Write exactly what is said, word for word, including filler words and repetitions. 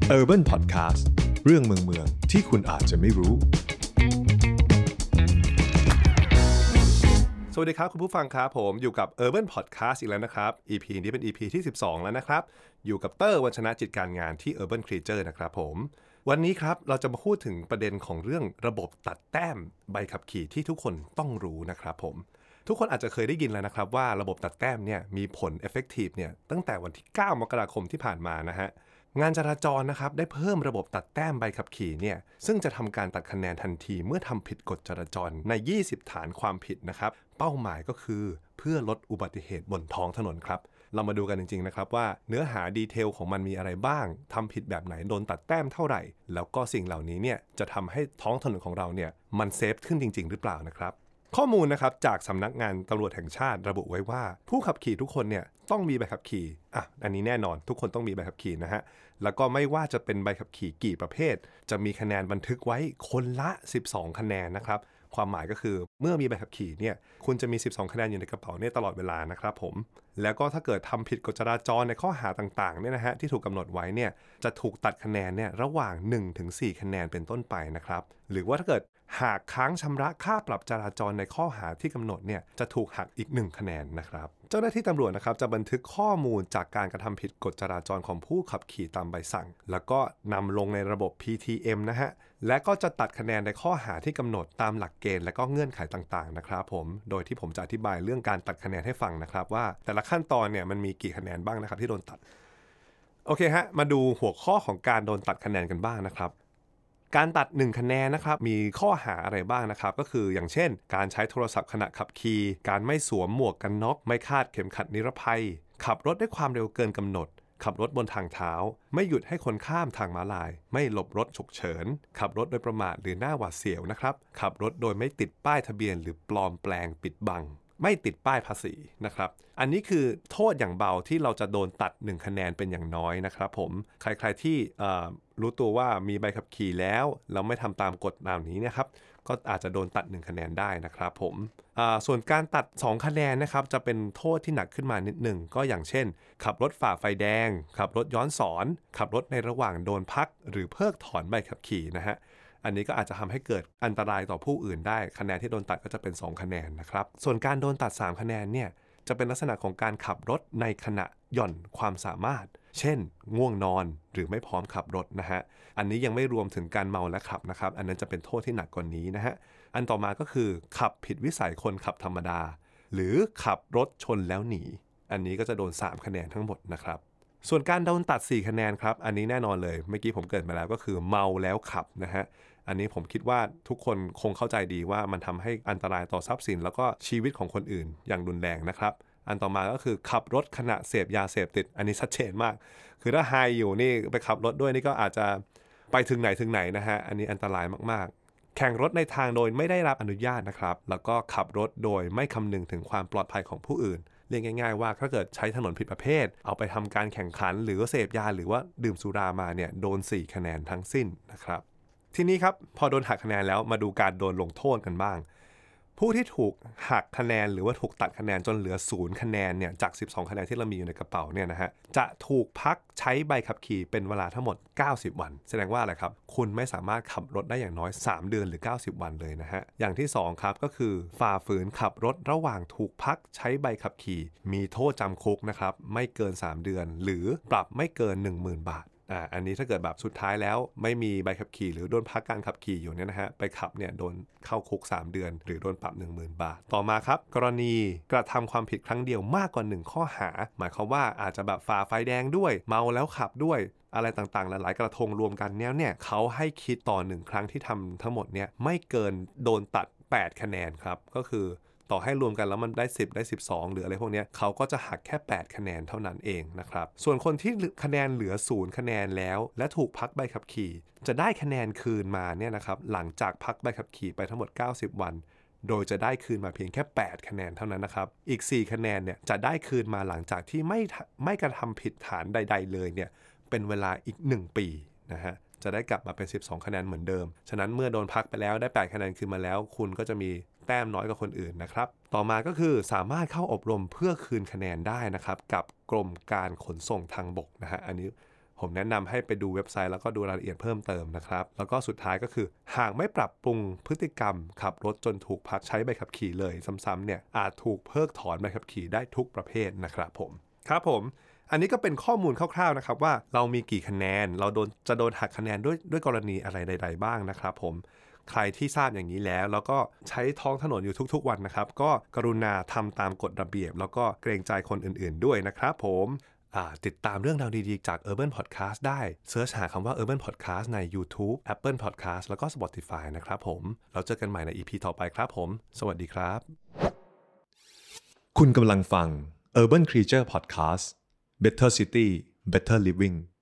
Urban Podcast เรื่องเมืองเมืองที่คุณอาจจะไม่รู้สวัสดีครับคุณผู้ฟังครับผมอยู่กับ Urban Podcast อีกแล้วนะครับ อี พี นี้เป็น อี พี ที่สิบสองแล้วนะครับอยู่กับเตอร์วัญชนะจิตการงานที่ Urban Creature นะครับผมวันนี้ครับเราจะมาพูดถึงประเด็นของเรื่องระบบตัดแต้มใบขับขี่ที่ทุกคนต้องรู้นะครับผมทุกคนอาจจะเคยได้ยินแล้วนะครับว่าระบบตัดแต้มเนี่ยมีผล effective เนี่ยตั้งแต่วันที่เก้ามกราคมที่ผ่านมานะฮะงานจราจรนะครับได้เพิ่มระบบตัดแต้มใบขับขี่เนี่ยซึ่งจะทำการตัดคะแนนทันทีเมื่อทำผิดกฎจราจรในยี่สิบฐานความผิดนะครับเป้าหมายก็คือเพื่อลดอุบัติเหตุบนท้องถนนครับเรามาดูกันจริงๆนะครับว่าเนื้อหาดีเทลของมันมีอะไรบ้างทำผิดแบบไหนโดนตัดแต้มเท่าไหร่แล้วก็สิ่งเหล่านี้เนี่ยจะทำให้ท้องถนนของเราเนี่ยมันเซฟขึ้นจริงๆหรือเปล่านะครับข้อมูลนะครับจากสำนักงานตำรวจแห่งชาติระบุไว้ว่าผู้ขับขี่ทุกคนเนี่ยต้องมีใบขับขี่อ่ะอันนี้แน่นอนทุกคนต้องมีใบขับขี่นะฮะแล้วก็ไม่ว่าจะเป็นใบขับขี่กี่ประเภทจะมีคะแนนบันทึกไว้คนละสิบสองคะแนนนะครับความหมายก็คือเมื่อมีใบขับขี่เนี่ยคุณจะมีสิบสองคะแนนอยู่ในกระเป๋าเนี่ยตลอดเวลานะครับผมแล้วก็ถ้าเกิดทำผิดกฎจราจรในข้อหาต่างๆเนี่ยนะฮะที่ถูกกำหนดไว้เนี่ยจะถูกตัดคะแนนเนี่ยระหว่าง หนึ่งถึงสี่ คะแนนเป็นต้นไปนะครับหรือว่าถ้าเกิดหากค้างชำระค่าปรับจราจรในข้อหาที่กำหนดเนี่ยจะถูกหักอีกหนึ่งคะแนนนะครับเจ้าหน้าที่ตำรวจนะครับจะบันทึกข้อมูลจากการกระทำผิดกฎจราจรของผู้ขับขี่ตามใบสั่งแล้วก็นำลงในระบบ พี ที เอ็ม นะฮะและก็จะตัดคะแนนในข้อหาที่กำหนดตามหลักเกณฑ์และก็เงื่อนไขต่างๆนะครับผมโดยที่ผมจะอธิบายเรื่องการตัดคะแนนให้ฟังนะครับว่าแต่ละขั้นตอนเนี่ยมันมีกี่คะแนนบ้างนะครับที่โดนตัดโอเคฮะมาดูหัวข้อของการโดนตัดคะแนนกันบ้างนะครับการตัดหนึ่งคะแนนนะครับมีข้อหาอะไรบ้างนะครับก็คืออย่างเช่นการใช้โทรศัพท์ขณะขับขี่การไม่สวมหมวกกันน็อกไม่คาดเข็มขัดนิรภัยขับรถด้วยความเร็วเกินกำหนดขับรถบนทางเท้าไม่หยุดให้คนข้ามทางม้าลายไม่หลบรถฉุกเฉินขับรถโดยประมาทหรือหน้าหวาดเสียวนะครับขับรถโดยไม่ติดป้ายทะเบียนหรือปลอมแปลงปิดบังไม่ติดป้ายภาษีนะครับอันนี้คือโทษอย่างเบาที่เราจะโดนตัดหนึ่งคะแนนเป็นอย่างน้อยนะครับผมใครๆที่รู้ตัวว่ามีใบขับขี่แล้วเราไม่ทำตามกฎเหล่านี้นะครับก็อาจจะโดนตัดหนึ่งคะแนนได้นะครับผมส่วนการตัดสองคะแนนนะครับจะเป็นโทษที่หนักขึ้นมานิดหนึ่งก็อย่างเช่นขับรถฝ่าไฟแดงขับรถย้อนสอนขับรถในระหว่างโดนพักหรือเพิกถอนใบขับขี่นะฮะอันนี้ก็อาจจะทำให้เกิดอันตรายต่อผู้อื่นได้คะแนนที่โดนตัดก็จะเป็นสองคะแนนนะครับส่วนการโดนตัดสามคะแนนเนี่ยจะเป็นลักษณะของการขับรถในขณะหย่อนความสามารถเช่นง่วงนอนหรือไม่พร้อมขับรถนะฮะอันนี้ยังไม่รวมถึงการเมาและขับนะครับอันนั้นจะเป็นโทษที่หนักกว่านี้นะฮะอันต่อมาก็คือขับผิดวิสัยคนขับธรรมดาหรือขับรถชนแล้วหนีอันนี้ก็จะโดนสามคะแนนทั้งหมดนะครับส่วนการโดนตัดสี่คะแนนครับอันนี้แน่นอนเลยเมื่อกี้ผมเกริ่นมาแล้วก็คือเมาแล้วขับนะฮะอันนี้ผมคิดว่าทุกคนคงเข้าใจดีว่ามันทำให้อันตรายต่อทรัพย์สินแล้วก็ชีวิตของคนอื่นอย่างรุนแรงนะครับอันต่อมาก็คือขับรถขณะเสพยาเสพติดอันนี้ชัดเจนมากคือถ้าไฮอยู่นี่ไปขับรถด้วยนี่ก็อาจจะไปถึงไหนถึงไหนนะฮะอันนี้อันตรายมากๆแข่งรถในทางโดยไม่ได้รับอนุญาตนะครับแล้วก็ขับรถโดยไม่คำนึงถึงความปลอดภัยของผู้อื่นเรียกง่ายๆว่าถ้าเกิดใช้ถนนผิดประเภทเอาไปทำการแข่งขันหรือว่าเสพยาหรือว่าดื่มสุรามาเนี่ยโดนสี่คะแนนทั้งสิ้นนะครับทีนี้ครับพอโดนหักคะแนนแล้วมาดูการโดนลงโทษกันบ้างผู้ที่ถูกหักคะแนนหรือว่าถูกตัดคะแนนจนเหลือศูนย์คะแนนเนี่ยจากสิบสองคะแนนที่เรามีอยู่ในกระเป๋าเนี่ยนะฮะจะถูกพักใช้ใบขับขี่เป็นเวลาทั้งหมดเก้าสิบวันแสดงว่าอะไรครับคุณไม่สามารถขับรถได้อย่างน้อยสามเดือนหรือเก้าสิบวันเลยนะฮะอย่างที่สองครับก็คือฝ่าฝืนขับรถระหว่างถูกพักใช้ใบขับขี่มีโทษจำคุกนะครับไม่เกินสามเดือนหรือปรับไม่เกิน หนึ่งหมื่น บาทอ่าอันนี้ถ้าเกิดแบบสุดท้ายแล้วไม่มีใบขับขี่หรือโดนพักการขับขี่อยู่เนี่ยนะฮะไปขับเนี่ยโดนเข้าคุกสามเดือนหรือโดนปรับ หนึ่งหมื่น บาทต่อมาครับกรณีกระทำความผิดครั้งเดียวมากกว่าหนึ่งข้อหาหมายความว่าอาจจะแบบฝ่าไฟแดงด้วยเมาแล้วขับด้วยอะไรต่างๆหลายๆกระทงรวมกันเนี่ยเนี่ยเขาให้คิดต่อหนึ่งครั้งที่ทำทั้งหมดเนี่ยไม่เกินโดนตัดแปดคะแนนครับก็คือต่อให้รวมกันแล้วมันได้สิบได้สิบสองหรืออะไรพวกนี้เขาก็จะหักแค่แปดคะแนนเท่านั้นเองนะครับส่วนคนที่คะแนนเหลือศูนย์คะแนนแล้วและถูกพักใบขับขี่จะได้คะแนนคืนมาเนี่ยนะครับหลังจากพักใบขับขี่ไปทั้งหมดเก้าสิบวันโดยจะได้คืนมาเพียงแค่แปดคะแนนเท่านั้นนะครับอีกสี่คะแนนเนี่ยจะได้คืนมาหลังจากที่ไม่ไม่กระทำผิดฐานใดๆเลยเนี่ยเป็นเวลาอีกหนึ่งปีนะฮะจะได้กลับมาเป็นสิบสองคะแนนเหมือนเดิมฉะนั้นเมื่อโดนพักไปแล้วได้แปดคะแนนคืนมาแล้วคุณก็จะมีแต้มน้อยกว่าคนอื่นนะครับต่อมาก็คือสามารถเข้าอบรมเพื่อคืนคะแนนได้นะครับกับกรมการขนส่งทางบกนะฮะอันนี้ผมแนะนำให้ไปดูเว็บไซต์แล้วก็ดูรายละเอียดเพิ่มเติมนะครับแล้วก็สุดท้ายก็คือหากไม่ปรับปรุงพฤติกรรมขับรถจนถูกพักใช้ใบขับขี่เลยซ้ำๆเนี่ยอาจถูกเพิกถอนใบขับขี่ได้ทุกประเภทนะครับผมครับผมอันนี้ก็เป็นข้อมูลคร่าวๆนะครับว่าเรามีกี่คะแนนเราโดนจะโดนหักคะแนนด้วยด้วยกรณีอะไรใดๆบ้างนะครับผมใครที่ทราบอย่างนี้แล้วแล้วก็ใช้ท้องถนนอยู่ทุกๆวันนะครับก็กรุณาทำตามกฎระเบียบแล้วก็เกรงใจคนอื่นๆด้วยนะครับผมติดตามเรื่องราวดีๆจาก Urban Podcast ได้เสิร์ชหาคำว่า Urban Podcast ใน YouTube Apple Podcast แล้วก็ Spotify นะครับผมเราเจอกันใหม่ใน อี พี ต่อไปครับผมสวัสดีครับคุณกำลังฟัง Urban Creature Podcast Better City Better Living